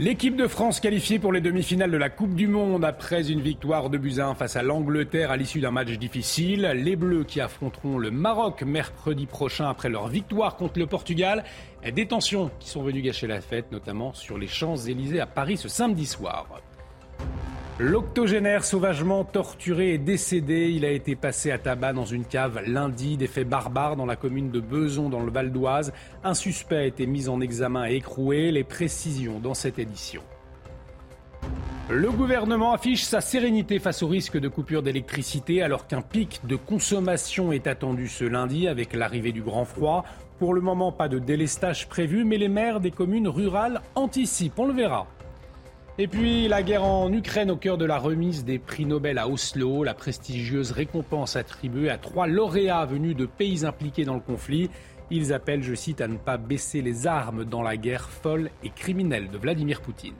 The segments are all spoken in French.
L'équipe de France qualifiée pour les demi-finales de la Coupe du Monde après une victoire de buts à 1 face à l'Angleterre à l'issue d'un match difficile. Les Bleus qui affronteront le Maroc mercredi prochain après leur victoire contre le Portugal. Des tensions qui sont venues gâcher la fête, notamment sur les Champs-Élysées à Paris ce samedi soir. L'octogénaire sauvagement torturé est décédé. Il a été passé à tabac dans une cave lundi. Des faits barbares dans la commune de Bezons dans le Val d'Oise. Un suspect a été mis en examen et écroué. Les précisions dans cette édition. Le gouvernement affiche sa sérénité face au risque de coupure d'électricité alors qu'un pic de consommation est attendu ce lundi avec l'arrivée du grand froid. Pour le moment, pas de délestage prévu, mais les maires des communes rurales anticipent. On le verra. Et puis la guerre en Ukraine au cœur de la remise des prix Nobel à Oslo, la prestigieuse récompense attribuée à 3 lauréats venus de pays impliqués dans le conflit. Ils appellent, je cite, à ne pas baisser les armes dans la guerre folle et criminelle de Vladimir Poutine.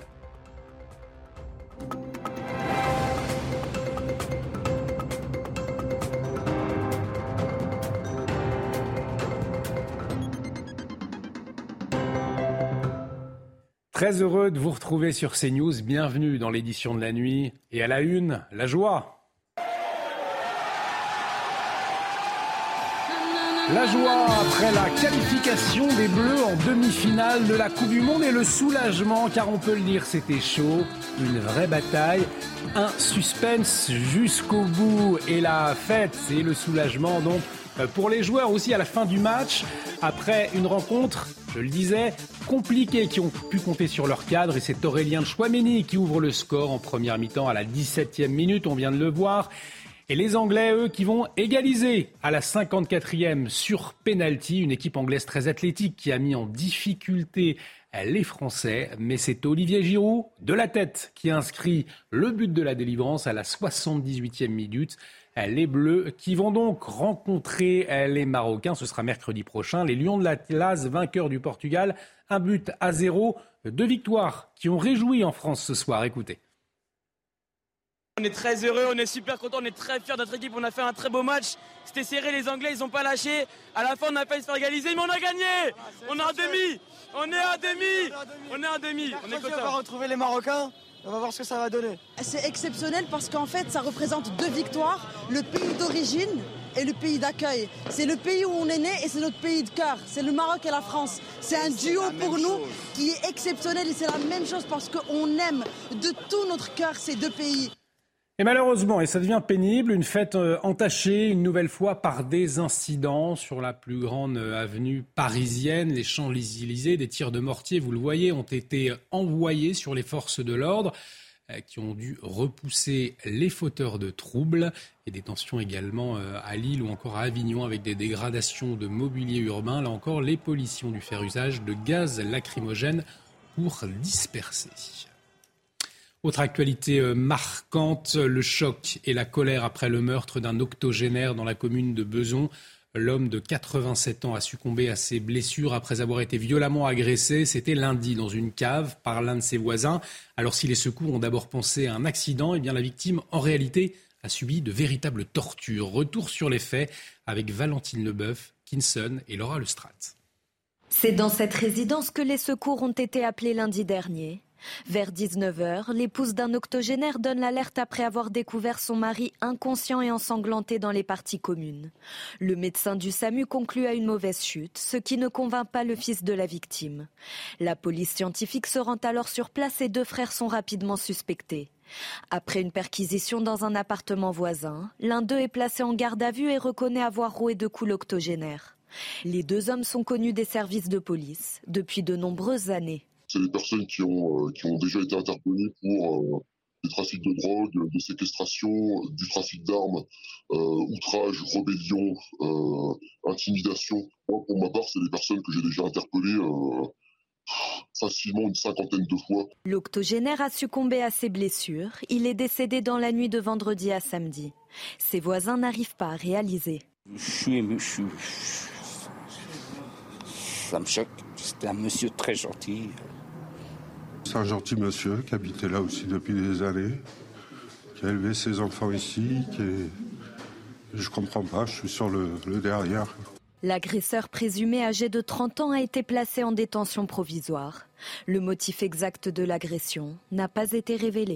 Très heureux de vous retrouver sur CNews. Bienvenue dans l'édition de la nuit. Et à la une, la joie. La joie après la qualification des Bleus en demi-finale de la Coupe du Monde et le soulagement, car on peut le dire, c'était chaud. Une vraie bataille, un suspense jusqu'au bout. Et la fête, c'est le soulagement donc pour les joueurs aussi à la fin du match. Après une rencontre, je le disais, compliquée, qui ont pu compter sur leur cadre. Et c'est Aurélien Tchouaméni qui ouvre le score en première mi-temps à la 17e minute, on vient de le voir. Et les Anglais, eux, qui vont égaliser à la 54e sur pénalty. Une équipe anglaise très athlétique qui a mis en difficulté les Français. Mais c'est Olivier Giroud, de la tête, qui inscrit le but de la délivrance à la 78e minute. Les Bleus qui vont donc rencontrer les Marocains. Ce sera mercredi prochain. Les Lions de l'Atlas, vainqueurs du Portugal. 1-0. 2 victoires qui ont réjoui en France ce soir. Écoutez. On est très heureux, on est super contents, on est très fiers de notre équipe, on a fait un très beau match. C'était serré, les Anglais ils n'ont pas lâché. À la fin on a failli se faire égaliser, mais on a gagné. On est à demi. On est content. On va retrouver les Marocains. On va voir ce que ça va donner. C'est exceptionnel parce qu'en fait, ça représente 2 victoires, le pays d'origine et le pays d'accueil. C'est le pays où on est né et c'est notre pays de cœur. C'est le Maroc et la France. C'est un duo pour nous qui est exceptionnel et c'est la même chose parce qu'on aime de tout notre cœur ces 2 pays. Et malheureusement, et ça devient pénible, une fête entachée une nouvelle fois par des incidents sur la plus grande avenue parisienne, les Champs-Élysées. Des tirs de mortier, vous le voyez, ont été envoyés sur les forces de l'ordre qui ont dû repousser les fauteurs de troubles. Et des tensions également à Lille ou encore à Avignon avec des dégradations de mobilier urbain. Là encore, les policiers ont dû faire usage de gaz lacrymogène pour disperser. Autre actualité marquante, le choc et la colère après le meurtre d'un octogénaire dans la commune de Bezons. L'homme de 87 ans a succombé à ses blessures après avoir été violemment agressé. C'était lundi dans une cave par l'un de ses voisins. Alors si les secours ont d'abord pensé à un accident, eh bien la victime en réalité a subi de véritables tortures. Retour sur les faits avec Valentine Leboeuf, Kinson et Laura Lestrade. C'est dans cette résidence que les secours ont été appelés lundi dernier. Vers 19h, l'épouse d'un octogénaire donne l'alerte après avoir découvert son mari inconscient et ensanglanté dans les parties communes. Le médecin du SAMU conclut à une mauvaise chute, ce qui ne convainc pas le fils de la victime. La police scientifique se rend alors sur place et 2 frères sont rapidement suspectés. Après une perquisition dans un appartement voisin, l'un d'eux est placé en garde à vue et reconnaît avoir roué de coups l'octogénaire. Les 2 hommes sont connus des services de police depuis de nombreuses années. C'est des personnes qui ont déjà été interpellées pour des trafics de drogue, de séquestration, du trafic d'armes, outrage, rébellion, intimidation. Moi, pour ma part, c'est des personnes que j'ai déjà interpellées facilement une 50aine de fois. L'octogénaire a succombé à ses blessures. Il est décédé dans la nuit de vendredi à samedi. Ses voisins n'arrivent pas à réaliser. Je suis ému. Ça me choque. C'était un monsieur très gentil. C'est un gentil monsieur qui habitait là aussi depuis des années, qui a élevé ses enfants ici, Je comprends pas, je suis sur le derrière. L'agresseur présumé âgé de 30 ans a été placé en détention provisoire. Le motif exact de l'agression n'a pas été révélé.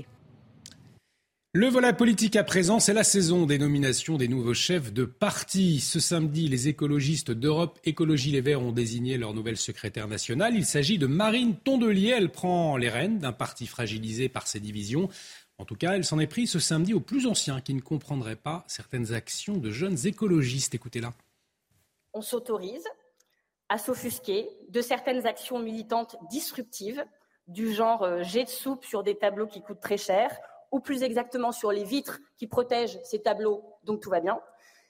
Le volet politique à présent, c'est la saison des nominations des nouveaux chefs de parti. Ce samedi, les écologistes d'Europe Écologie Les Verts ont désigné leur nouvelle secrétaire nationale. Il s'agit de Marine Tondelier. Elle prend les rênes d'un parti fragilisé par ses divisions. En tout cas, elle s'en est prise ce samedi aux plus anciens qui ne comprendraient pas certaines actions de jeunes écologistes. Écoutez-la. On s'autorise à s'offusquer de certaines actions militantes disruptives, du genre jet de soupe sur des tableaux qui coûtent très cher, ou plus exactement sur les vitres qui protègent ces tableaux, donc tout va bien.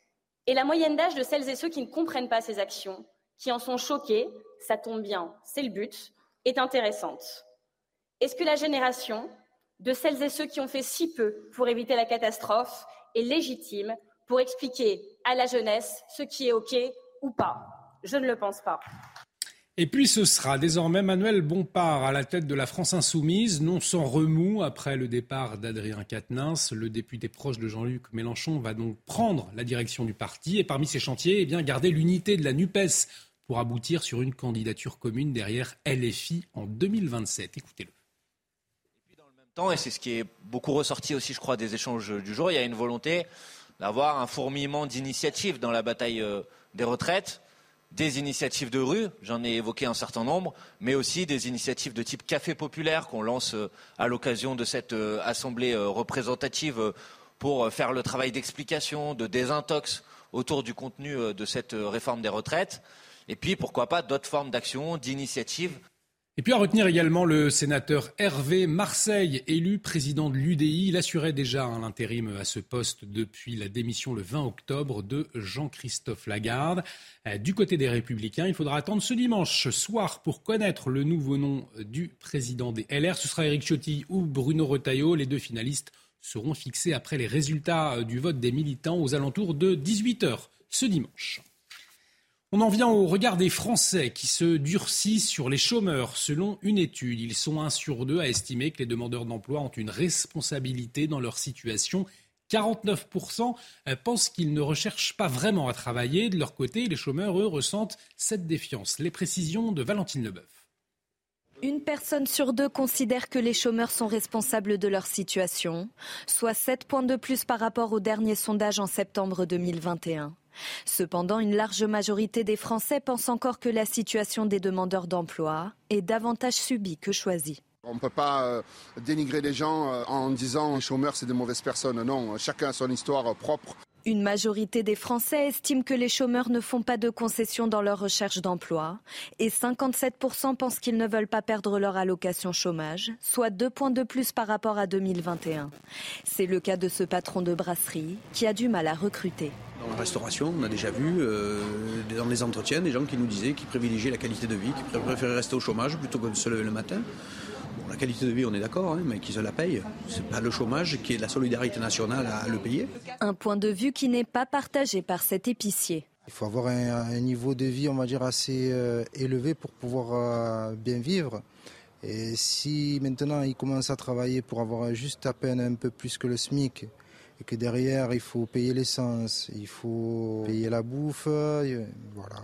Et la moyenne d'âge de celles et ceux qui ne comprennent pas ces actions, qui en sont choqués, ça tombe bien, c'est le but, est intéressante. Est-ce que la génération de celles et ceux qui ont fait si peu pour éviter la catastrophe est légitime pour expliquer à la jeunesse ce qui est OK ou pas? Je ne le pense pas. Et puis ce sera désormais Manuel Bompard à la tête de la France Insoumise, non sans remous après le départ d'Adrien Quatennens. Le député proche de Jean-Luc Mélenchon va donc prendre la direction du parti et parmi ses chantiers, garder l'unité de la NUPES pour aboutir sur une candidature commune derrière LFI en 2027. Écoutez-le. Et puis dans le même temps, et c'est ce qui est beaucoup ressorti aussi, je crois, des échanges du jour, il y a une volonté d'avoir un fourmillement d'initiatives dans la bataille des retraites. Des initiatives de rue, j'en ai évoqué un certain nombre, mais aussi des initiatives de type café populaire qu'on lance à l'occasion de cette assemblée représentative pour faire le travail d'explication, de désintox autour du contenu de cette réforme des retraites. Et puis, pourquoi pas, d'autres formes d'action, d'initiatives. Et puis à retenir également le sénateur Hervé Marseille, élu président de l'UDI. Il assurait déjà l'intérim à ce poste depuis la démission le 20 octobre de Jean-Christophe Lagarde. Du côté des Républicains, il faudra attendre ce dimanche soir pour connaître le nouveau nom du président des LR. Ce sera Éric Ciotti ou Bruno Retailleau. Les deux finalistes seront fixés après les résultats du vote des militants aux alentours de 18h ce dimanche. On en vient au regard des Français qui se durcissent sur les chômeurs. Selon une étude, ils sont 1 sur 2 à estimer que les demandeurs d'emploi ont une responsabilité dans leur situation. 49% pensent qu'ils ne recherchent pas vraiment à travailler. De leur côté, les chômeurs, eux, ressentent cette défiance. Les précisions de Valentine Leboeuf. Une personne sur 2 considère que les chômeurs sont responsables de leur situation, soit 7 points de plus par rapport au dernier sondage en septembre 2021. Cependant, une large majorité des Français pensent encore que la situation des demandeurs d'emploi est davantage subie que choisie. On ne peut pas dénigrer les gens en disant les chômeurs c'est des mauvaises personnes. Non, chacun a son histoire propre. Une majorité des Français estiment que les chômeurs ne font pas de concessions dans leur recherche d'emploi et 57% pensent qu'ils ne veulent pas perdre leur allocation chômage, soit 2 points de plus par rapport à 2021. C'est le cas de ce patron de brasserie qui a du mal à recruter. Dans la restauration, on a déjà vu, dans les entretiens, des gens qui nous disaient qu'ils privilégiaient la qualité de vie, qu'ils préféraient rester au chômage plutôt que de se lever le matin. Bon, la qualité de vie, on est d'accord, mais qu'ils se la payent. C'est pas le chômage qui est la solidarité nationale à le payer. Un point de vue qui n'est pas partagé par cet épicier. Il faut avoir un niveau de vie, on va dire, assez élevé pour pouvoir bien vivre. Et si maintenant il commence à travailler pour avoir juste à peine un peu plus que le SMIC, et que derrière il faut payer l'essence, il faut payer la bouffe, voilà,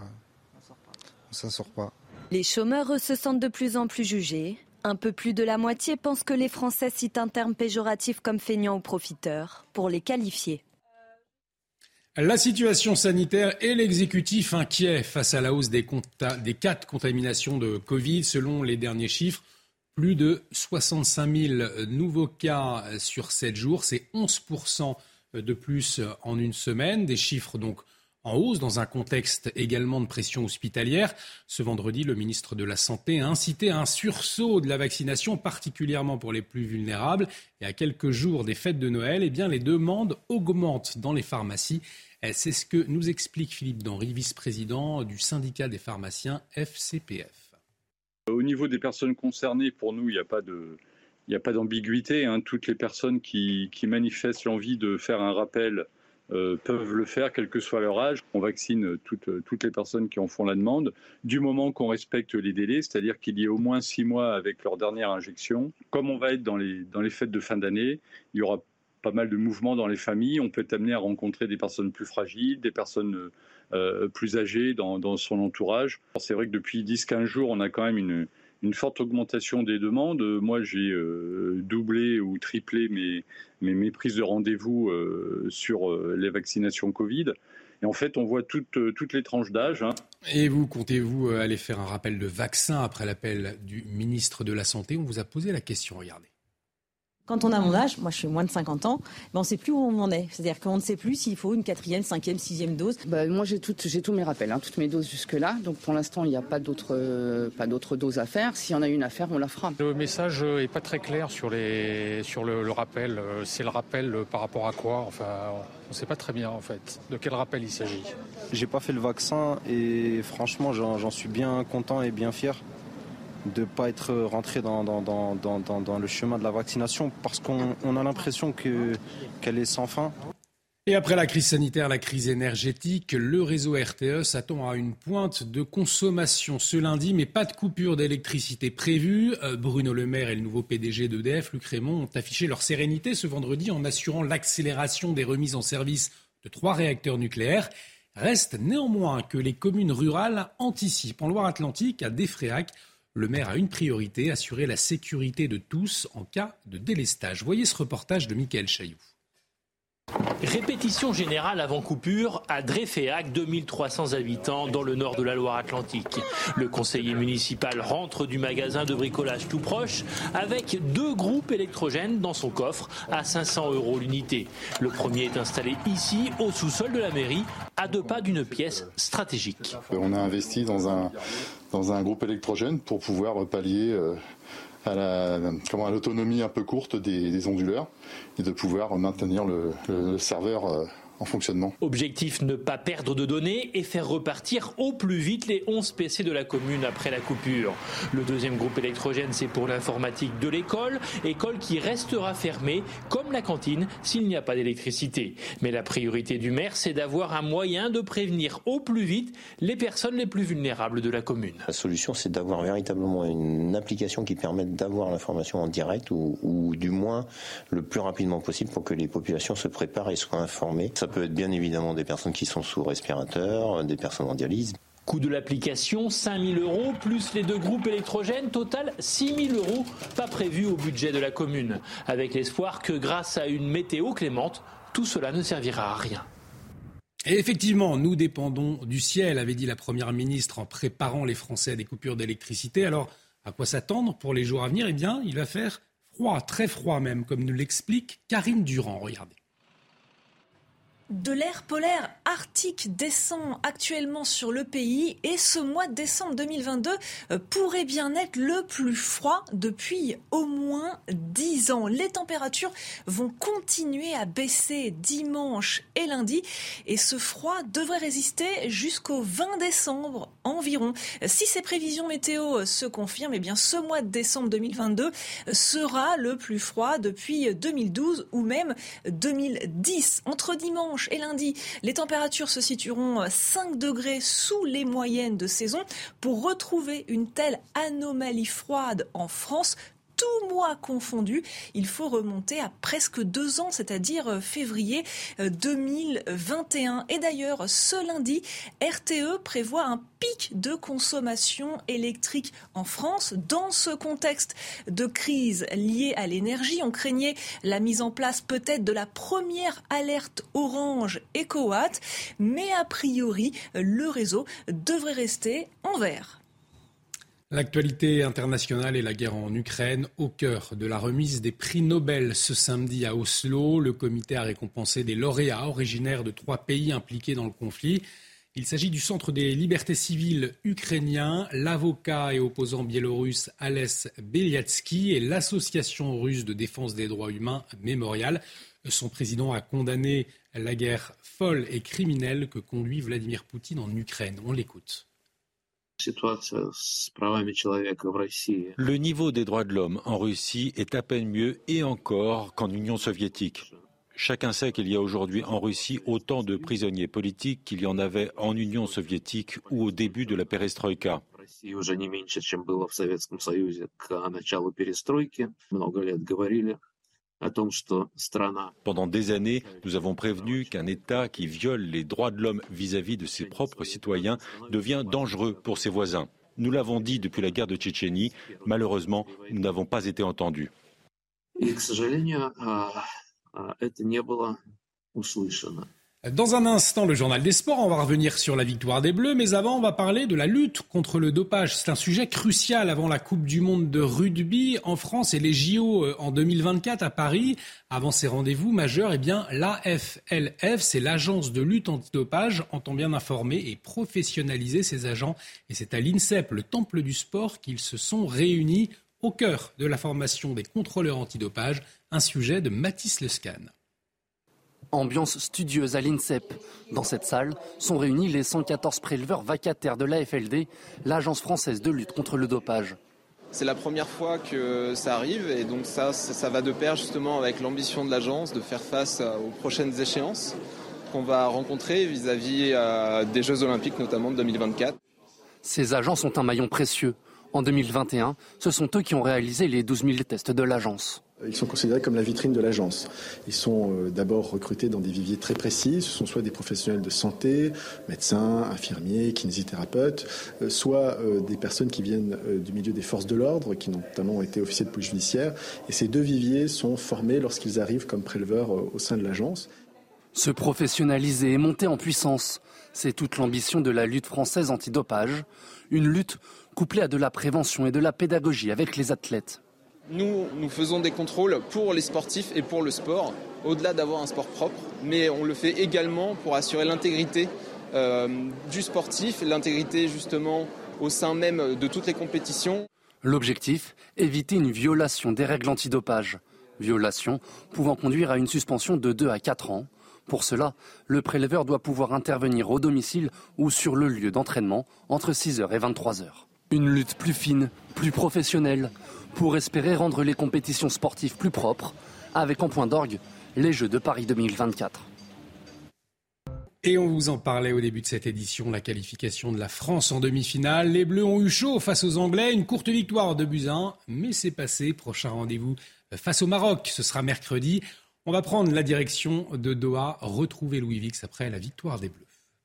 on s'en sort pas. Les chômeurs, eux, se sentent de plus en plus jugés. Un peu plus de la moitié pensent que les Français citent un terme péjoratif comme feignant ou profiteur pour les qualifier. La situation sanitaire et l'exécutif inquiet face à la hausse des cas de contamination de Covid. Selon les derniers chiffres, plus de 65 000 nouveaux cas sur 7 jours. C'est 11% de plus en une semaine. Des chiffres donc en hausse dans un contexte également de pression hospitalière. Ce vendredi, le ministre de la Santé a incité à un sursaut de la vaccination, particulièrement pour les plus vulnérables. Et à quelques jours des fêtes de Noël, les demandes augmentent dans les pharmacies. C'est ce que nous explique Philippe Denry, vice-président du syndicat des pharmaciens FCPF. Au niveau des personnes concernées, pour nous, il n'y a pas d'ambiguïté. Toutes les personnes qui manifestent l'envie de faire un rappel peuvent le faire, quel que soit leur âge. On vaccine toutes les personnes qui en font la demande, du moment qu'on respecte les délais, c'est-à-dire qu'il y ait au moins 6 mois avec leur dernière injection. Comme on va être dans les fêtes de fin d'année, il y aura pas mal de mouvements dans les familles. On peut être amené à rencontrer des personnes plus fragiles, des personnes plus âgées dans son entourage. C'est vrai que depuis 10-15 jours, on a quand même une forte augmentation des demandes. Moi, j'ai doublé ou triplé mes prises de rendez-vous sur les vaccinations Covid. Et en fait, on voit toutes les tranches d'âge. Et vous, comptez-vous aller faire un rappel de vaccin après l'appel du ministre de la Santé ? On vous a posé la question, regardez. Quand on a mon âge, moi je suis moins de 50 ans, on ne sait plus où on en est. C'est-à-dire qu'on ne sait plus s'il faut une 4e, 5e, 6e dose. Moi j'ai tous mes rappels, toutes mes doses jusque-là. Donc pour l'instant il n'y a pas d'autres doses à faire. S'il y en a une à faire, on la fera. Le message n'est pas très clair sur le rappel. C'est le rappel par rapport à quoi ? Enfin, on ne sait pas très bien en fait de quel rappel il s'agit. J'ai pas fait le vaccin et franchement j'en suis bien content et bien fier de ne pas être rentré dans le chemin de la vaccination parce qu'on a l'impression qu'elle est sans fin. Et après la crise sanitaire, la crise énergétique, le réseau RTE s'attend à une pointe de consommation ce lundi, mais pas de coupure d'électricité prévue. Bruno Le Maire et le nouveau PDG d'EDF, Luc Rémont, ont affiché leur sérénité ce vendredi en assurant l'accélération des remises en service de 3 réacteurs nucléaires. Reste néanmoins que les communes rurales anticipent. En Loire-Atlantique, à Défréac, le maire a une priorité, assurer la sécurité de tous en cas de délestage. Voyez ce reportage de Mickaël Chailloux. Répétition générale avant coupure à Défréac, 2300 habitants dans le nord de la Loire-Atlantique. Le conseiller municipal rentre du magasin de bricolage tout proche avec 2 groupes électrogènes dans son coffre à 500 € l'unité. Le premier est installé ici, au sous-sol de la mairie, à 2 pas d'une pièce stratégique. On a investi dans un groupe électrogène pour pouvoir pallier à l'autonomie un peu courte des onduleurs et de pouvoir maintenir le serveur en fonctionnement. Objectif, ne pas perdre de données et faire repartir au plus vite les 11 PC de la commune après la coupure. Le deuxième groupe électrogène, c'est pour l'informatique de l'école qui restera fermée, comme la cantine, s'il n'y a pas d'électricité. Mais la priorité du maire, c'est d'avoir un moyen de prévenir au plus vite les personnes les plus vulnérables de la commune. La solution, c'est d'avoir véritablement une application qui permette d'avoir l'information en direct ou du moins le plus rapidement possible pour que les populations se préparent et soient informées. Ça peut être bien évidemment des personnes qui sont sous respirateur, des personnes en dialyse. Coût de l'application, 5 000 € plus les 2 groupes électrogènes, total 6 000 €, pas prévu au budget de la commune. Avec l'espoir que grâce à une météo clémente, tout cela ne servira à rien. Et effectivement, nous dépendons du ciel, avait dit la Première ministre en préparant les Français à des coupures d'électricité. Alors, à quoi s'attendre pour les jours à venir ? Eh bien, il va faire froid, très froid même, comme nous l'explique Karine Durand. Regardez. De l'air polaire arctique descend actuellement sur le pays et ce mois de décembre 2022 pourrait bien être le plus froid depuis au moins 10 ans. Les températures vont continuer à baisser dimanche et lundi et ce froid devrait résister jusqu'au 20 décembre environ. Si ces prévisions météo se confirment, eh bien ce mois de décembre 2022 sera le plus froid depuis 2012 ou même 2010. Entre dimanche et lundi, les températures se situeront 5 degrés sous les moyennes de saison. Pour retrouver une telle anomalie froide en France, tout mois confondu, il faut remonter à presque 2 ans, c'est-à-dire février 2021. Et d'ailleurs, ce lundi, RTE prévoit un pic de consommation électrique en France. Dans ce contexte de crise liée à l'énergie, on craignait la mise en place peut-être de la première alerte orange EcoWatt, mais a priori, le réseau devrait rester en vert. L'actualité internationale et la guerre en Ukraine au cœur de la remise des prix Nobel ce samedi à Oslo. Le comité a récompensé des lauréats originaires de 3 pays impliqués dans le conflit. Il s'agit du Centre des libertés civiles ukrainien, l'avocat et opposant biélorusse Ales Beliatsky et l'association russe de défense des droits humains Mémorial. Son président a condamné la guerre folle et criminelle que conduit Vladimir Poutine en Ukraine. On l'écoute. Le niveau des droits de l'homme en Russie est à peine mieux et encore qu'en Union soviétique. Chacun sait qu'il y a aujourd'hui en Russie autant de prisonniers politiques qu'il y en avait en Union soviétique ou au début de la perestroïka. Pendant des années, nous avons prévenu qu'un État qui viole les droits de l'homme vis-à-vis de ses propres citoyens devient dangereux pour ses voisins. Nous l'avons dit depuis la guerre de Tchétchénie. Malheureusement, nous n'avons pas été entendus. Dans un instant, le journal des sports, on va revenir sur la victoire des Bleus, mais avant, on va parler de la lutte contre le dopage. C'est un sujet crucial avant la Coupe du Monde de rugby en France et les JO en 2024 à Paris. Avant ces rendez-vous majeurs, eh bien, l'AFLF, c'est l'agence de lutte antidopage, entend bien informer et professionnaliser ses agents. Et c'est à l'INSEP, le temple du sport, qu'ils se sont réunis au cœur de la formation des contrôleurs antidopage, un sujet de Mathis Lescan. Ambiance studieuse à l'INSEP. Dans cette salle sont réunis les 114 préleveurs vacataires de l'AFLD, l'agence française de lutte contre le dopage. C'est la première fois que ça arrive et donc ça va de pair justement avec l'ambition de l'agence de faire face aux prochaines échéances qu'on va rencontrer vis-à-vis des Jeux Olympiques notamment de 2024. Ces agents sont un maillon précieux. En 2021, ce sont eux qui ont réalisé les 12 000 tests de l'agence. Ils sont considérés comme la vitrine de l'agence. Ils sont d'abord recrutés dans des viviers très précis. Ce sont soit des professionnels de santé, médecins, infirmiers, kinésithérapeutes, soit des personnes qui viennent du milieu des forces de l'ordre, qui notamment ont été officiers de police judiciaire. Et ces deux viviers sont formés lorsqu'ils arrivent comme préleveurs au sein de l'agence. Se professionnaliser et monter en puissance, c'est toute l'ambition de la lutte française antidopage. Une lutte couplée à de la prévention et de la pédagogie avec les athlètes. Nous faisons des contrôles pour les sportifs et pour le sport, au-delà d'avoir un sport propre, mais on le fait également pour assurer l'intégrité du sportif, l'intégrité justement au sein même de toutes les compétitions. L'objectif, éviter une violation des règles antidopage. Violation pouvant conduire à une suspension de 2 à 4 ans. Pour cela, le préleveur doit pouvoir intervenir au domicile ou sur le lieu d'entraînement entre 6h et 23h. Une lutte plus fine, plus professionnelle, pour espérer rendre les compétitions sportives plus propres, avec en point d'orgue les Jeux de Paris 2024. Et on vous en parlait au début de cette édition, la qualification de la France en demi-finale. Les Bleus ont eu chaud face aux Anglais, une courte victoire de buts à 1, mais c'est passé. Prochain rendez-vous face au Maroc, ce sera mercredi. On va prendre la direction de Doha, retrouver Louis Vix après la victoire des Bleus.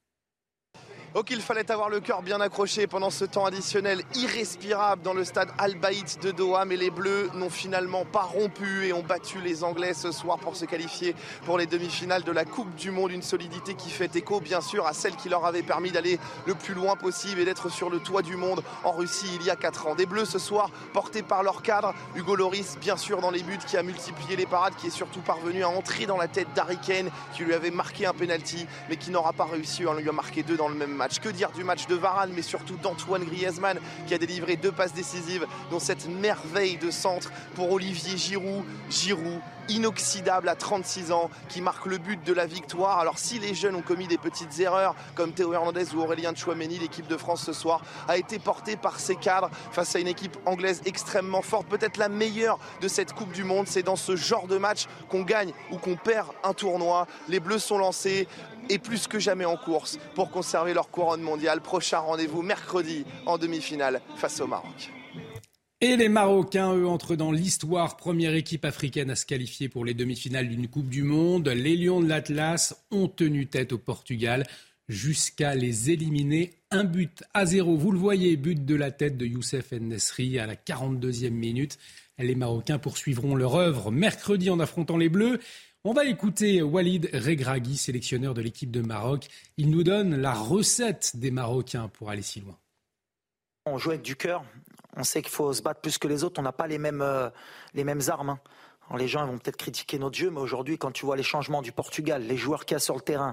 Oh, qu'il fallait avoir le cœur bien accroché pendant ce temps additionnel irrespirable dans le stade Al-Baït de Doha, mais les Bleus n'ont finalement pas rompu et ont battu les Anglais ce soir pour se qualifier pour les demi-finales de la Coupe du Monde. Une solidité qui fait écho bien sûr à celle qui leur avait permis d'aller le plus loin possible et d'être sur le toit du monde en Russie il y a 4 ans. Des Bleus ce soir portés par leur cadre, Hugo Lloris bien sûr dans les buts, qui a multiplié les parades, qui est surtout parvenu à entrer dans la tête d'Harry Kane, qui lui avait marqué un penalty mais qui n'aura pas réussi à lui a marqué 2 dans le même match. Que dire du match de Varane, mais surtout d'Antoine Griezmann, qui a délivré 2 passes décisives, dont cette merveille de centre pour Olivier Giroud. Giroud, inoxydable à 36 ans, qui marque le but de la victoire. Alors si les jeunes ont commis des petites erreurs, comme Théo Hernandez ou Aurélien Tchouaméni, l'équipe de France ce soir a été portée par ses cadres face à une équipe anglaise extrêmement forte, peut-être la meilleure de cette Coupe du Monde. C'est dans ce genre de match qu'on gagne ou qu'on perd un tournoi. Les Bleus sont lancés et plus que jamais en course pour conserver leur couronne mondiale. Prochain rendez-vous mercredi en demi-finale face au Maroc. Et les Marocains, eux, entrent dans l'histoire. Première équipe africaine à se qualifier pour les demi-finales d'une Coupe du Monde. Les Lions de l'Atlas ont tenu tête au Portugal jusqu'à les éliminer 1-0. Vous le voyez, but de la tête de Youssef En-Nesyri à la 42e minute. Les Marocains poursuivront leur œuvre mercredi en affrontant les Bleus. On va écouter Walid Regragui, sélectionneur de l'équipe de Maroc. Il nous donne la recette des Marocains pour aller si loin. On joue avec du cœur. On sait qu'il faut se battre plus que les autres. On n'a pas les mêmes armes. Alors les gens vont peut-être critiquer notre jeu, mais aujourd'hui, quand tu vois les changements du Portugal, les joueurs qu'il y a sur le terrain,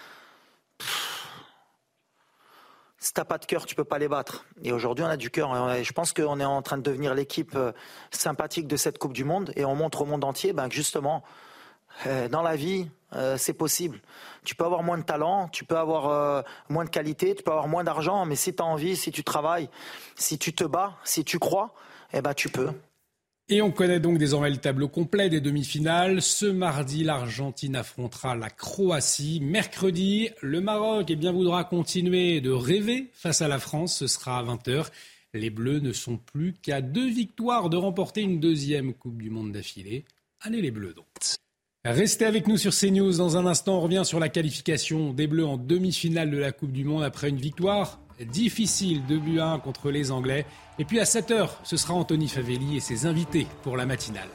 si t'as pas de cœur, tu peux pas les battre. Et aujourd'hui, on a du cœur. Et je pense qu'on est en train de devenir l'équipe sympathique de cette Coupe du Monde. Et on montre au monde entier que justement, dans la vie, c'est possible. Tu peux avoir moins de talent, tu peux avoir moins de qualité, tu peux avoir moins d'argent, mais si tu as envie, si tu travailles, si tu te bats, si tu crois, tu peux. Et on connaît donc désormais le tableau complet des demi-finales. Ce mardi, l'Argentine affrontera la Croatie. Mercredi, le Maroc voudra continuer de rêver face à la France. Ce sera à 20h. Les Bleus ne sont plus qu'à 2 victoires de remporter une 2e Coupe du Monde d'affilée. Allez les Bleus donc. Restez avec nous sur CNews. Dans un instant, on revient sur la qualification des Bleus en demi-finale de la Coupe du Monde après une victoire difficile, 2-1 contre les Anglais. Et puis à 7h, ce sera Anthony Favelli et ses invités pour la matinale.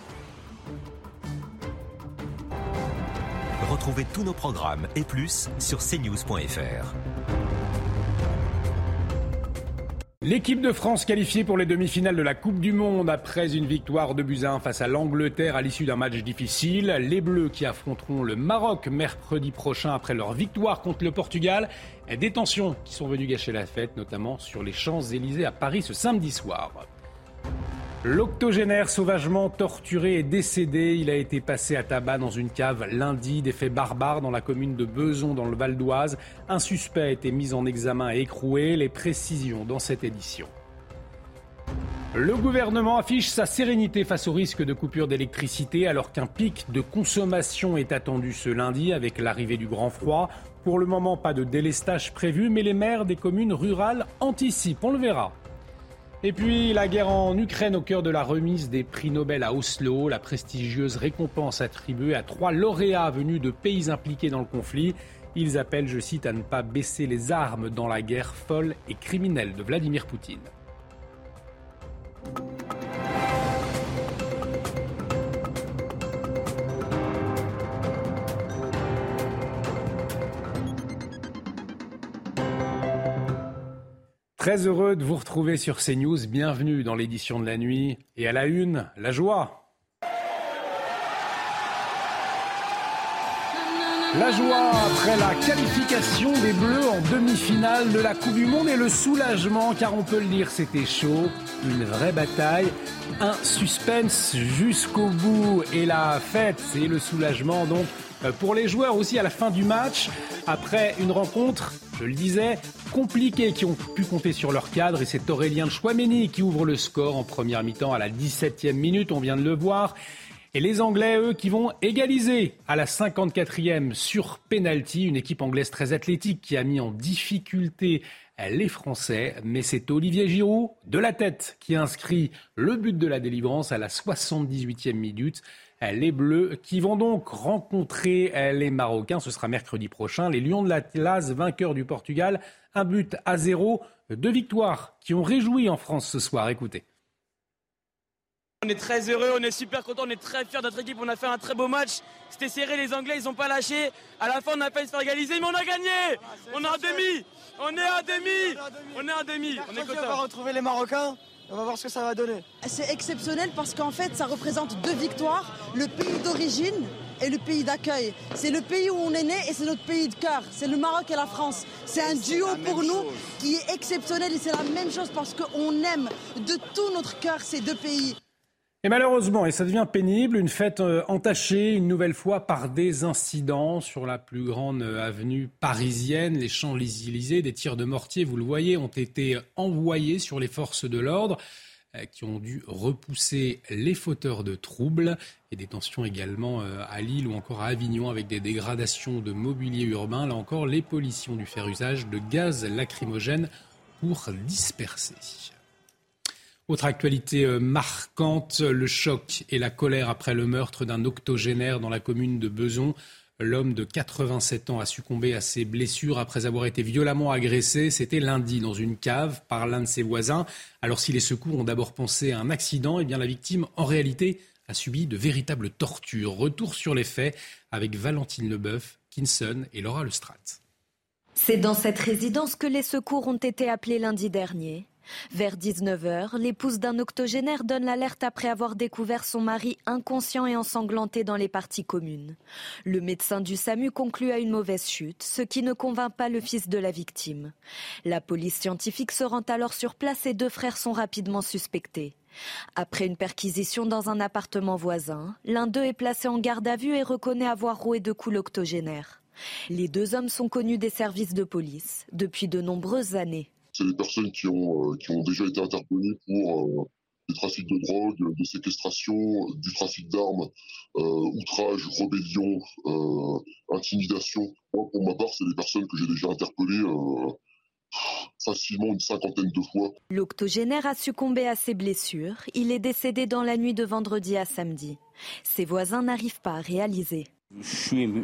Retrouvez tous nos programmes et plus sur cnews.fr. L'équipe de France qualifiée pour les demi-finales de la Coupe du Monde après une victoire 2-1 face à l'Angleterre à l'issue d'un match difficile. Les Bleus qui affronteront le Maroc mercredi prochain après leur victoire contre le Portugal. Des tensions qui sont venues gâcher la fête, notamment sur les Champs-Élysées à Paris ce samedi soir. L'octogénaire sauvagement torturé est décédé. Il a été passé à tabac dans une cave lundi. Des faits barbares dans la commune de Bezons dans le Val d'Oise. Un suspect a été mis en examen et écroué. Les précisions dans cette édition. Le gouvernement affiche sa sérénité face au risque de coupure d'électricité alors qu'un pic de consommation est attendu ce lundi avec l'arrivée du grand froid. Pour le moment, pas de délestage prévu, mais les maires des communes rurales anticipent. On le verra. Et puis la guerre en Ukraine au cœur de la remise des prix Nobel à Oslo, la prestigieuse récompense attribuée à 3 lauréats venus de pays impliqués dans le conflit. Ils appellent, je cite, à ne pas baisser les armes dans la guerre folle et criminelle de Vladimir Poutine. Très heureux de vous retrouver sur CNews. Bienvenue dans l'édition de la nuit. Et à la une, la joie. La joie après la qualification des Bleus en demi-finale de la Coupe du Monde et le soulagement, car on peut le dire, c'était chaud. Une vraie bataille, un suspense jusqu'au bout. Et la fête, c'est le soulagement donc pour les joueurs aussi à la fin du match. Après une rencontre, je le disais, compliqués qui ont pu compter sur leur cadre et c'est Aurélien Tchouaméni qui ouvre le score en première mi-temps à la 17e minute, on vient de le voir. Et les Anglais, eux, qui vont égaliser à la 54e sur pénalty, une équipe anglaise très athlétique qui a mis en difficulté les Français. Mais c'est Olivier Giroud, de la tête, qui inscrit le but de la délivrance à la 78e minute. Les Bleus qui vont donc rencontrer les Marocains. Ce sera mercredi prochain. Les Lions de l'Atlas, vainqueurs du Portugal. 1-0, 2 victoires qui ont réjoui en France ce soir. Écoutez. On est très heureux, on est super contents, on est très fiers de notre équipe. On a fait un très beau match. C'était serré, les Anglais, ils n'ont pas lâché. À la fin, on a failli se faire égaliser, mais on a gagné. On est en demi. On est en demi. On est content. On va retrouver les Marocains. On va voir ce que ça va donner. C'est exceptionnel parce qu'en fait, ça représente 2 victoires. Le pays d'origine et le pays d'accueil. C'est le pays où on est né et c'est notre pays de cœur. C'est le Maroc et la France. C'est un duo pour nous qui est exceptionnel et c'est la même chose parce qu'on aime de tout notre cœur ces 2 pays. Et malheureusement, et ça devient pénible, une fête entachée une nouvelle fois par des incidents sur la plus grande avenue parisienne, les Champs-Élysées. Des tirs de mortier, vous le voyez, ont été envoyés sur les forces de l'ordre qui ont dû repousser les fauteurs de troubles. Et des tensions également à Lille ou encore à Avignon avec des dégradations de mobilier urbain. Là encore, les policiers ont dû faire usage de gaz lacrymogène pour disperser. Autre actualité marquante, le choc et la colère après le meurtre d'un octogénaire dans la commune de Bezons. L'homme de 87 ans a succombé à ses blessures après avoir été violemment agressé. C'était lundi dans une cave par l'un de ses voisins. Alors si les secours ont d'abord pensé à un accident, eh bien la victime en réalité a subi de véritables tortures. Retour sur les faits avec Valentine Leboeuf, Kinson et Laura Lestrade. C'est dans cette résidence que les secours ont été appelés lundi dernier. Vers 19h, l'épouse d'un octogénaire donne l'alerte après avoir découvert son mari inconscient et ensanglanté dans les parties communes. Le médecin du SAMU conclut à une mauvaise chute, ce qui ne convainc pas le fils de la victime. La police scientifique se rend alors sur place et 2 frères sont rapidement suspectés. Après une perquisition dans un appartement voisin, l'un d'eux est placé en garde à vue et reconnaît avoir roué de coups l'octogénaire. Les 2 hommes sont connus des services de police depuis de nombreuses années. C'est des personnes qui ont déjà été interpellées pour des trafics de drogue, de séquestration, du trafic d'armes, outrage, rébellion, intimidation. Moi, pour ma part, c'est des personnes que j'ai déjà interpellées facilement une 50aine de fois. L'octogénaire a succombé à ses blessures. Il est décédé dans la nuit de vendredi à samedi. Ses voisins n'arrivent pas à réaliser. Je suis ému,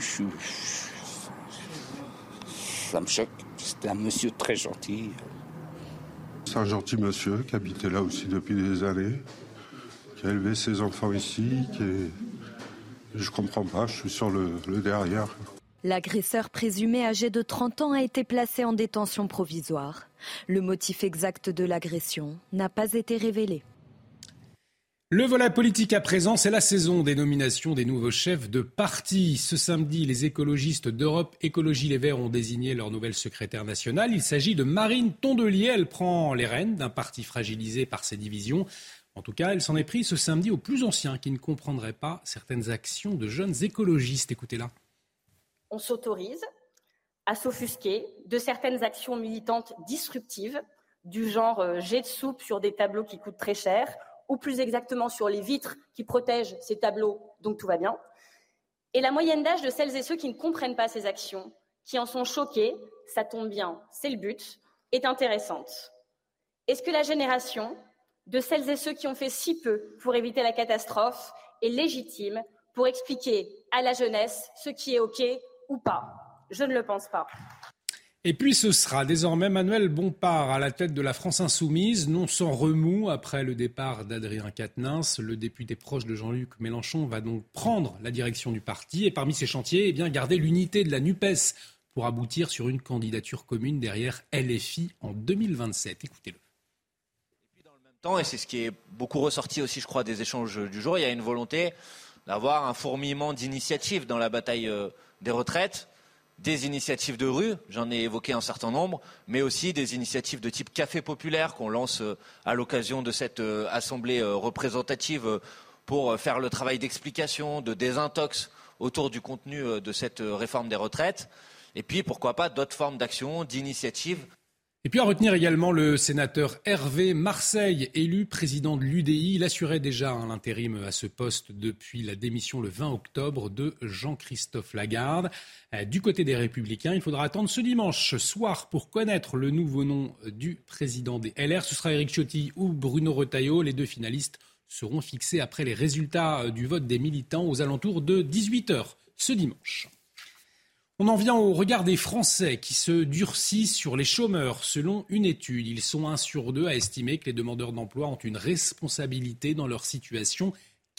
ça me choque. C'était un monsieur très gentil. C'est un gentil monsieur qui habitait là aussi depuis des années, qui a élevé ses enfants ici, je comprends pas, je suis sur le derrière. L'agresseur présumé âgé de 30 ans a été placé en détention provisoire. Le motif exact de l'agression n'a pas été révélé. Le volet politique à présent, c'est la saison des nominations des nouveaux chefs de parti. Ce samedi, les écologistes d'Europe Écologie Les Verts ont désigné leur nouvelle secrétaire nationale. Il s'agit de Marine Tondelier. Elle prend les rênes d'un parti fragilisé par ses divisions. En tout cas, elle s'en est prise ce samedi aux plus anciens qui ne comprendraient pas certaines actions de jeunes écologistes. Écoutez-la. On s'autorise à s'offusquer de certaines actions militantes disruptives, du genre jet de soupe sur des tableaux qui coûtent très cher, ou plus exactement sur les vitres qui protègent ces tableaux, donc tout va bien. Et la moyenne d'âge de celles et ceux qui ne comprennent pas ces actions, qui en sont choqués, ça tombe bien, c'est le but, est intéressante. Est-ce que la génération de celles et ceux qui ont fait si peu pour éviter la catastrophe est légitime pour expliquer à la jeunesse ce qui est OK ou pas? Je ne le pense pas. Et puis ce sera désormais Manuel Bompard à la tête de la France Insoumise, non sans remous après le départ d'Adrien Quatennens. Le député proche de Jean-Luc Mélenchon va donc prendre la direction du parti et parmi ses chantiers, garder l'unité de la NUPES pour aboutir sur une candidature commune derrière LFI en 2027. Écoutez-le. Et puis dans le même temps, et c'est ce qui est beaucoup ressorti aussi, je crois, des échanges du jour, il y a une volonté d'avoir un fourmillement d'initiatives dans la bataille des retraites. Des initiatives de rue, j'en ai évoqué un certain nombre, mais aussi des initiatives de type café populaire qu'on lance à l'occasion de cette assemblée représentative pour faire le travail d'explication, de désintox autour du contenu de cette réforme des retraites. Et puis, pourquoi pas, d'autres formes d'action, d'initiatives. Et puis à retenir également le sénateur Hervé Marseille, élu président de l'UDI. Il assurait déjà l'intérim à ce poste depuis la démission le 20 octobre de Jean-Christophe Lagarde. Du côté des Républicains, il faudra attendre ce dimanche soir pour connaître le nouveau nom du président des LR. Ce sera Éric Ciotti ou Bruno Retailleau. Les deux finalistes seront fixés après les résultats du vote des militants aux alentours de 18h ce dimanche. On en vient au regard des Français qui se durcissent sur les chômeurs. Selon une étude, ils sont 1 sur 2 à estimer que les demandeurs d'emploi ont une responsabilité dans leur situation.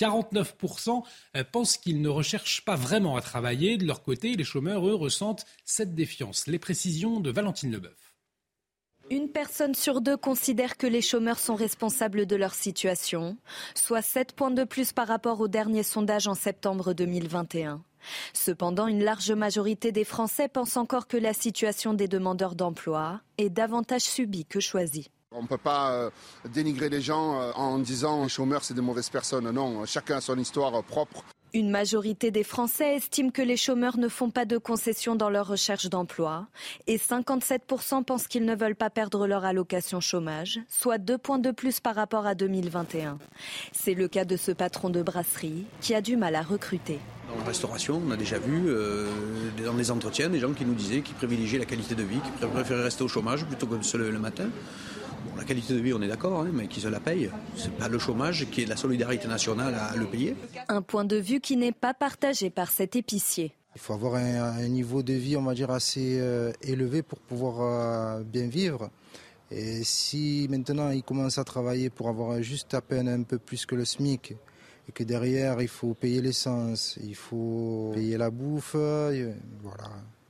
49% pensent qu'ils ne recherchent pas vraiment à travailler. De leur côté, les chômeurs, eux, ressentent cette défiance. Les précisions de Valentine Leboeuf. Une personne sur 2 considère que les chômeurs sont responsables de leur situation, soit 7 points de plus par rapport au dernier sondage en septembre 2021. Cependant, une large majorité des Français pensent encore que la situation des demandeurs d'emploi est davantage subie que choisie. On ne peut pas dénigrer les gens en disant « chômeurs, c'est des mauvaises personnes ». Non, chacun a son histoire propre. Une majorité des Français estiment que les chômeurs ne font pas de concessions dans leur recherche d'emploi et 57% pensent qu'ils ne veulent pas perdre leur allocation chômage, soit 2 points de plus par rapport à 2021. C'est le cas de ce patron de brasserie qui a du mal à recruter. Dans la restauration, on a déjà vu dans les entretiens des gens qui nous disaient qu'ils privilégiaient la qualité de vie, qu'ils préféraient rester au chômage plutôt que de se lever le matin. Bon, la qualité de vie, on est d'accord, mais qui se la paye. C'est pas le chômage qui est la solidarité nationale à le payer. Un point de vue qui n'est pas partagé par cet épicier. Il faut avoir un niveau de vie, on va dire, assez élevé pour pouvoir bien vivre. Et si maintenant il commence à travailler pour avoir juste à peine un peu plus que le SMIC, et que derrière il faut payer l'essence, il faut payer la bouffe, voilà,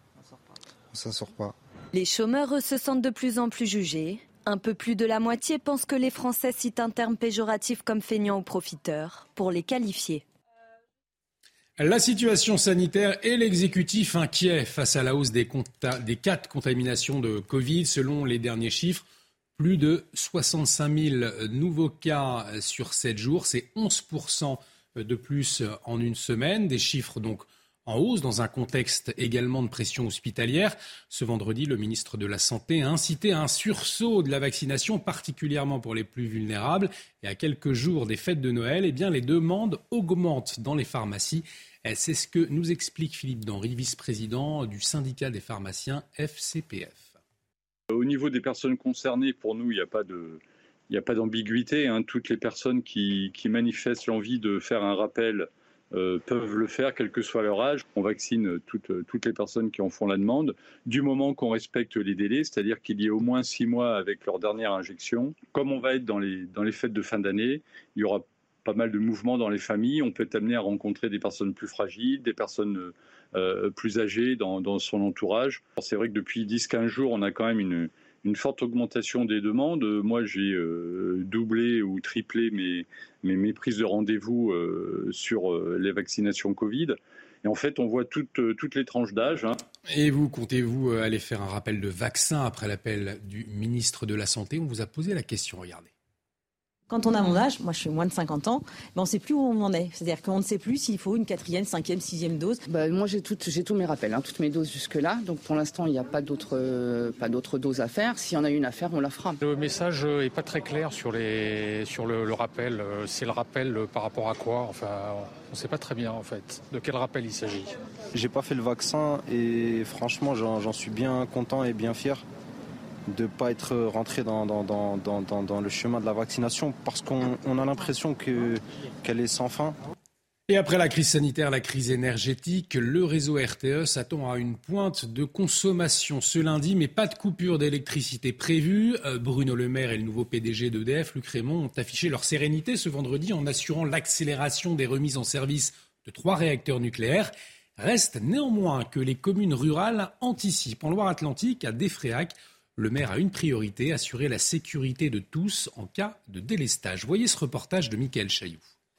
on s'en sort pas. Les chômeurs, eux, se sentent de plus en plus jugés. Un peu plus de la moitié pensent que les Français citent un terme péjoratif comme feignant ou profiteur pour les qualifier. La situation sanitaire et l'exécutif inquiet face à la hausse des cas de contamination de Covid. Selon les derniers chiffres, plus de 65 000 nouveaux cas sur 7 jours. C'est 11% de plus en une semaine. Des chiffres donc en hausse dans un contexte également de pression hospitalière. Ce vendredi, le ministre de la Santé a incité à un sursaut de la vaccination, particulièrement pour les plus vulnérables. Et à quelques jours des fêtes de Noël, les demandes augmentent dans les pharmacies. C'est ce que nous explique Philippe Denry, vice-président du syndicat des pharmaciens FCPF. Au niveau des personnes concernées, pour nous, il n'y a pas d'ambiguïté. Toutes les personnes qui manifestent l'envie de faire un rappel peuvent le faire, quel que soit leur âge. On vaccine toutes les personnes qui en font la demande, du moment qu'on respecte les délais, c'est-à-dire qu'il y ait au moins 6 mois avec leur dernière injection. Comme on va être dans les fêtes de fin d'année, il y aura pas mal de mouvements dans les familles. On peut être amené à rencontrer des personnes plus fragiles, des personnes plus âgées dans son entourage. Alors, c'est vrai que depuis 10-15 jours, on a quand même une forte augmentation des demandes. Moi, j'ai doublé ou triplé mes prises de rendez-vous sur les vaccinations Covid. Et en fait, on voit toutes les tranches d'âge. Et vous, comptez-vous aller faire un rappel de vaccin après l'appel du ministre de la Santé ? On vous a posé la question, regardez. Quand on a mon âge, moi je suis moins de 50 ans, on ne sait plus où on en est. C'est-à-dire qu'on ne sait plus s'il faut une 4e, 5e, 6e dose. Moi j'ai tous mes rappels, toutes mes doses jusque-là. Donc pour l'instant il n'y a pas d'autres doses à faire. S'il y en a une à faire, on la fera. Le message n'est pas très clair sur le rappel. C'est le rappel par rapport à quoi ? Enfin, on ne sait pas très bien en fait de quel rappel il s'agit. J'ai pas fait le vaccin et franchement j'en suis bien content et bien fier de ne pas être rentré dans le chemin de la vaccination parce qu'on a l'impression qu'elle est sans fin. Et après la crise sanitaire, la crise énergétique, le réseau RTE s'attend à une pointe de consommation ce lundi, mais pas de coupure d'électricité prévue. Bruno Le Maire et le nouveau PDG d'EDF, Luc Rémont, ont affiché leur sérénité ce vendredi en assurant l'accélération des remises en service de 3 réacteurs nucléaires. Reste néanmoins que les communes rurales anticipent. En Loire-Atlantique, à Défréac, le maire a une priorité, assurer la sécurité de tous en cas de délestage. Voyez ce reportage de Mickaël Chailloux.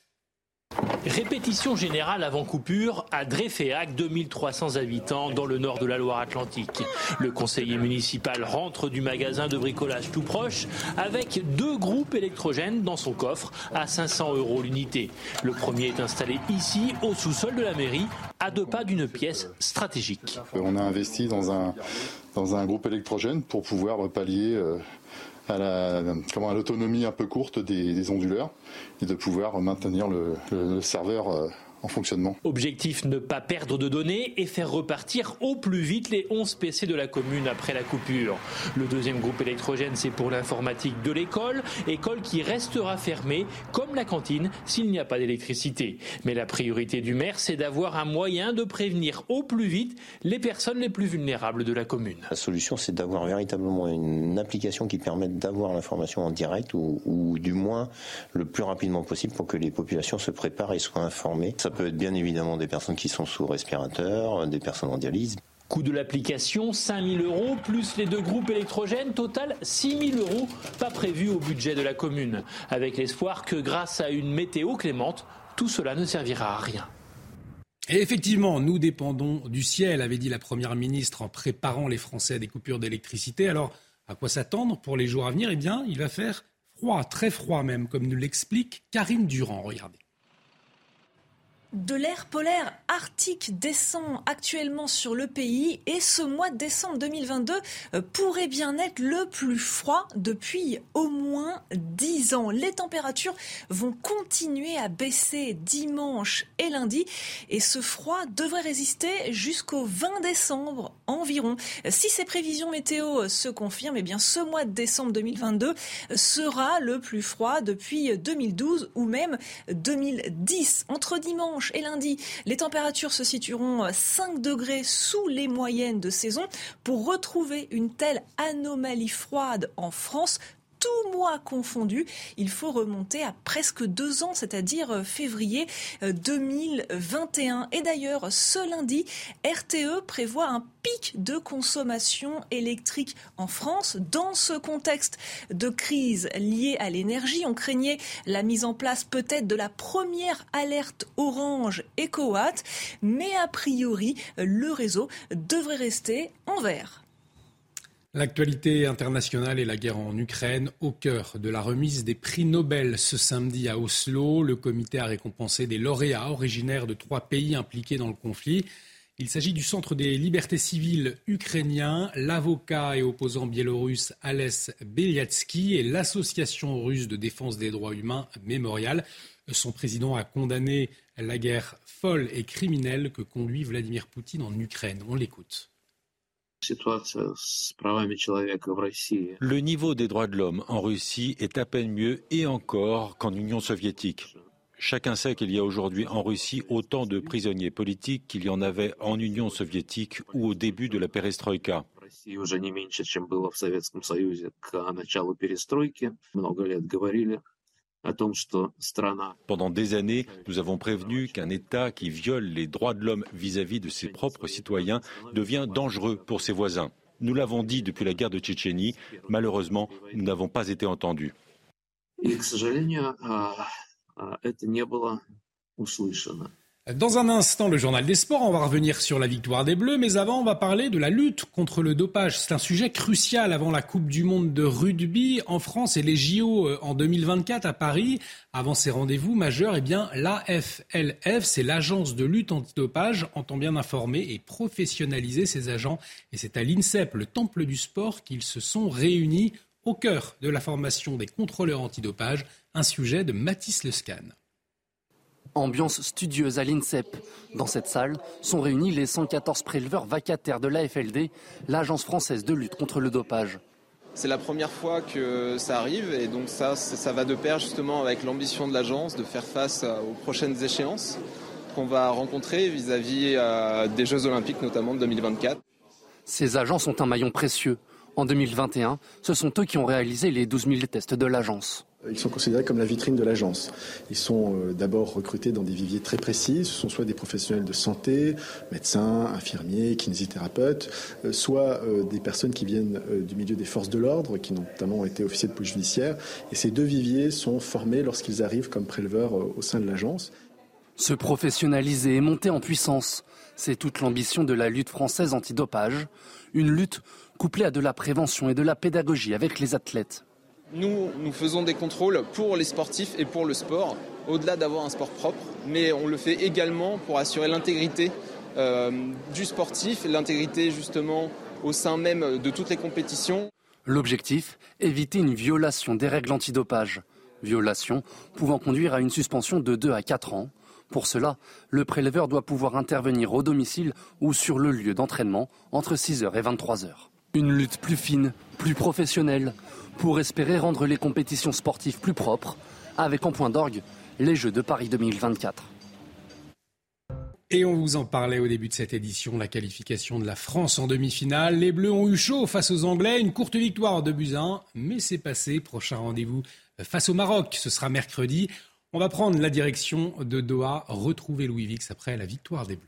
Répétition générale avant coupure à Défréac, 2300 habitants dans le nord de la Loire-Atlantique. Le conseiller municipal rentre du magasin de bricolage tout proche avec 2 groupes électrogènes dans son coffre à 500 € l'unité. Le premier est installé ici, au sous-sol de la mairie, à 2 pas d'une pièce stratégique. On a investi dans un groupe électrogène pour pouvoir pallier à l'autonomie un peu courte des onduleurs et de pouvoir maintenir le serveur en fonctionnement. Objectif, ne pas perdre de données et faire repartir au plus vite les 11 PC de la commune après la coupure. Le deuxième groupe électrogène, c'est pour l'informatique de l'école qui restera fermée, comme la cantine, s'il n'y a pas d'électricité. Mais la priorité du maire, c'est d'avoir un moyen de prévenir au plus vite les personnes les plus vulnérables de la commune. La solution, c'est d'avoir véritablement une application qui permette d'avoir l'information en direct ou du moins le plus rapidement possible pour que les populations se préparent et soient informées. Ça peut être bien évidemment des personnes qui sont sous respirateur, des personnes en dialyse. Coût de l'application, 5 000 € plus les 2 groupes électrogènes, total 6 000 €, pas prévu au budget de la commune. Avec l'espoir que grâce à une météo clémente, tout cela ne servira à rien. Et effectivement, nous dépendons du ciel, avait dit la Première ministre en préparant les Français à des coupures d'électricité. Alors, à quoi s'attendre pour les jours à venir ? Eh bien, il va faire froid, très froid même, comme nous l'explique Karine Durand. Regardez. De l'air polaire arctique descend actuellement sur le pays et ce mois de décembre 2022 pourrait bien être le plus froid depuis au moins 10 ans. Les températures vont continuer à baisser dimanche et lundi et ce froid devrait résister jusqu'au 20 décembre environ. Si ces prévisions météo se confirment, eh bien ce mois de décembre 2022 sera le plus froid depuis 2012 ou même 2010. Entre dimanche et lundi, les températures se situeront 5 degrés sous les moyennes de saison. Pour retrouver une telle anomalie froide en France, tout mois confondu, il faut remonter à presque 2 ans, c'est-à-dire février 2021. Et d'ailleurs, ce lundi, RTE prévoit un pic de consommation électrique en France. Dans ce contexte de crise liée à l'énergie, on craignait la mise en place peut-être de la première alerte orange EcoWatt, mais a priori, le réseau devrait rester en vert. L'actualité internationale et la guerre en Ukraine au cœur de la remise des prix Nobel ce samedi à Oslo. Le comité a récompensé des lauréats originaires de 3 pays impliqués dans le conflit. Il s'agit du Centre des libertés civiles ukrainien, l'avocat et opposant biélorusse Ales Beliatsky et l'association russe de défense des droits humains Mémorial. Son président a condamné la guerre folle et criminelle que conduit Vladimir Poutine en Ukraine. On l'écoute. Le niveau des droits de l'homme en Russie est à peine mieux et encore qu'en Union soviétique. Chacun sait qu'il y a aujourd'hui en Russie autant de prisonniers politiques qu'il y en avait en Union soviétique ou au début de la perestroïka. Pendant des années, nous avons prévenu qu'un État qui viole les droits de l'homme vis-à-vis de ses propres citoyens devient dangereux pour ses voisins. Nous l'avons dit depuis la guerre de Tchétchénie. Malheureusement, nous n'avons pas été entendus. Dans un instant, le journal des sports, on va revenir sur la victoire des Bleus, mais avant, on va parler de la lutte contre le dopage. C'est un sujet crucial avant la Coupe du Monde de rugby en France et les JO en 2024 à Paris. Avant ces rendez-vous majeurs, l'AFLF, c'est l'agence de lutte antidopage, entend bien informer et professionnaliser ses agents. Et c'est à l'INSEP, le temple du sport, qu'ils se sont réunis au cœur de la formation des contrôleurs antidopage, un sujet de Mathis Lescan. Ambiance studieuse à l'INSEP. Dans cette salle sont réunis les 114 préleveurs vacataires de l'AFLD, l'agence française de lutte contre le dopage. C'est la première fois que ça arrive et donc ça va de pair justement avec l'ambition de l'agence de faire face aux prochaines échéances qu'on va rencontrer vis-à-vis des Jeux Olympiques notamment de 2024. Ces agents sont un maillon précieux. En 2021, ce sont eux qui ont réalisé les 12 000 tests de l'agence. Ils sont considérés comme la vitrine de l'agence. Ils sont d'abord recrutés dans des viviers très précis. Ce sont soit des professionnels de santé, médecins, infirmiers, kinésithérapeutes, soit des personnes qui viennent du milieu des forces de l'ordre, qui notamment ont été officiers de police judiciaire. Et ces deux viviers sont formés lorsqu'ils arrivent comme préleveurs au sein de l'agence. Se professionnaliser et monter en puissance, c'est toute l'ambition de la lutte française antidopage. Une lutte couplée à de la prévention et de la pédagogie avec les athlètes. Nous faisons des contrôles pour les sportifs et pour le sport, au-delà d'avoir un sport propre, mais on le fait également pour assurer l'intégrité du sportif, l'intégrité justement au sein même de toutes les compétitions. L'objectif, éviter une violation des règles antidopage. Violation pouvant conduire à une suspension de 2 à 4 ans. Pour cela, le préleveur doit pouvoir intervenir au domicile ou sur le lieu d'entraînement entre 6h et 23h. Une lutte plus fine, plus professionnelle, pour espérer rendre les compétitions sportives plus propres, avec en point d'orgue les Jeux de Paris 2024. Et on vous en parlait au début de cette édition, la qualification de la France en demi-finale. Les Bleus ont eu chaud face aux Anglais, une courte victoire de 2-1, mais c'est passé. Prochain rendez-vous face au Maroc, ce sera mercredi. On va prendre la direction de Doha, retrouver Louis Vix après la victoire des Bleus.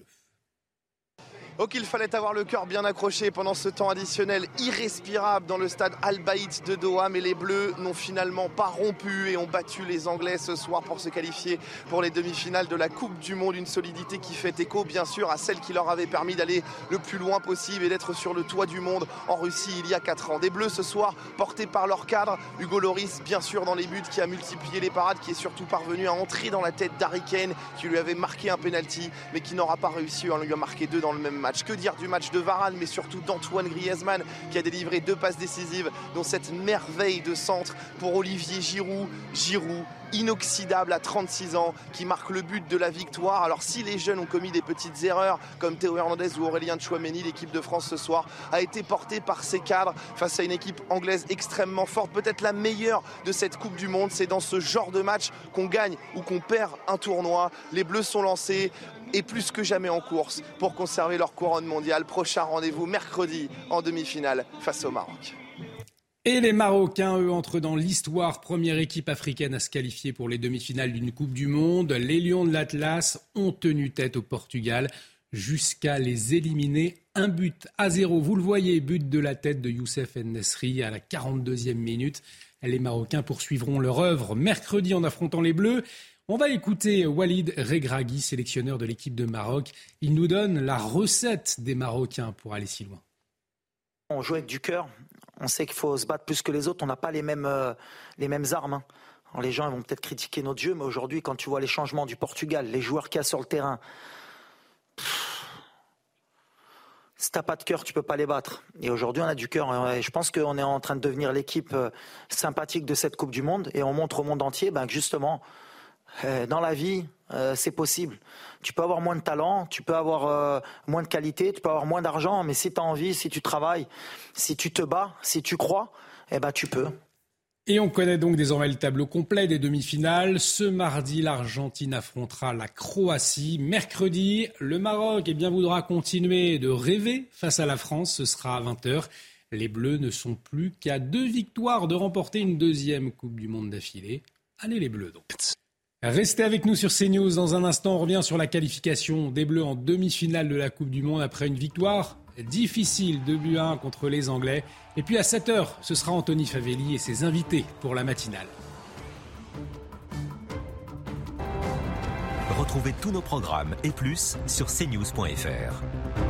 Oh, qu'il fallait avoir le cœur bien accroché pendant ce temps additionnel irrespirable dans le stade Al-Baït de Doha, mais les Bleus n'ont finalement pas rompu et ont battu les Anglais ce soir pour se qualifier pour les demi-finales de la Coupe du Monde. Une solidité qui fait écho bien sûr à celle qui leur avait permis d'aller le plus loin possible et d'être sur le toit du monde en Russie il y a 4 ans. Des Bleus ce soir portés par leur cadre, Hugo Lloris bien sûr dans les buts, qui a multiplié les parades, qui est surtout parvenu à entrer dans la tête d'Harry Kane qui lui avait marqué un penalty mais qui n'aura pas réussi à lui a marqué 2 dans le même match. Que dire du match de Varane, mais surtout d'Antoine Griezmann qui a délivré 2 passes décisives, dont cette merveille de centre pour Olivier Giroud. Giroud, inoxydable à 36 ans, qui marque le but de la victoire. Alors si les jeunes ont commis des petites erreurs comme Théo Hernandez ou Aurélien Tchouaméni, l'équipe de France ce soir a été portée par ses cadres face à une équipe anglaise extrêmement forte, peut-être la meilleure de cette Coupe du Monde. C'est dans ce genre de match qu'on gagne ou qu'on perd un tournoi. Les Bleus sont lancés et plus que jamais en course pour conserver leur couronne mondiale. Prochain rendez-vous mercredi en demi-finale face au Maroc. Et les Marocains, eux, entrent dans l'histoire. Première équipe africaine à se qualifier pour les demi-finales d'une Coupe du Monde. Les Lions de l'Atlas ont tenu tête au Portugal jusqu'à les éliminer 1-0. Vous le voyez, but de la tête de Youssef En-Nesyri à la 42e minute. Les Marocains poursuivront leur œuvre mercredi en affrontant les Bleus. On va écouter Walid Regragui, sélectionneur de l'équipe de Maroc. Il nous donne la recette des Marocains pour aller si loin. On joue avec du cœur. On sait qu'il faut se battre plus que les autres. On n'a pas les mêmes armes. Alors les gens ils vont peut-être critiquer notre jeu, mais aujourd'hui, quand tu vois les changements du Portugal, les joueurs qu'il y a sur le terrain, si t'as pas de cœur, tu peux pas les battre. Et aujourd'hui, on a du cœur. Et je pense qu'on est en train de devenir l'équipe sympathique de cette Coupe du Monde. Et on montre au monde entier que justement, Dans la vie, c'est possible. Tu peux avoir moins de talent, tu peux avoir moins de qualité, tu peux avoir moins d'argent, mais si tu as envie, si tu travailles, si tu te bats, si tu crois, tu peux. Et on connaît donc désormais le tableau complet des demi-finales. Ce mardi, l'Argentine affrontera la Croatie. Mercredi, le Maroc voudra continuer de rêver face à la France. Ce sera à 20h. Les Bleus ne sont plus qu'à 2 victoires de remporter une 2e Coupe du Monde d'affilée. Allez les Bleus donc. Restez avec nous sur CNews. Dans un instant, on revient sur la qualification des Bleus en demi-finale de la Coupe du Monde après une victoire difficile, 2-1 contre les Anglais. Et puis à 7h, ce sera Anthony Favelli et ses invités pour la matinale. Retrouvez tous nos programmes et plus sur cnews.fr.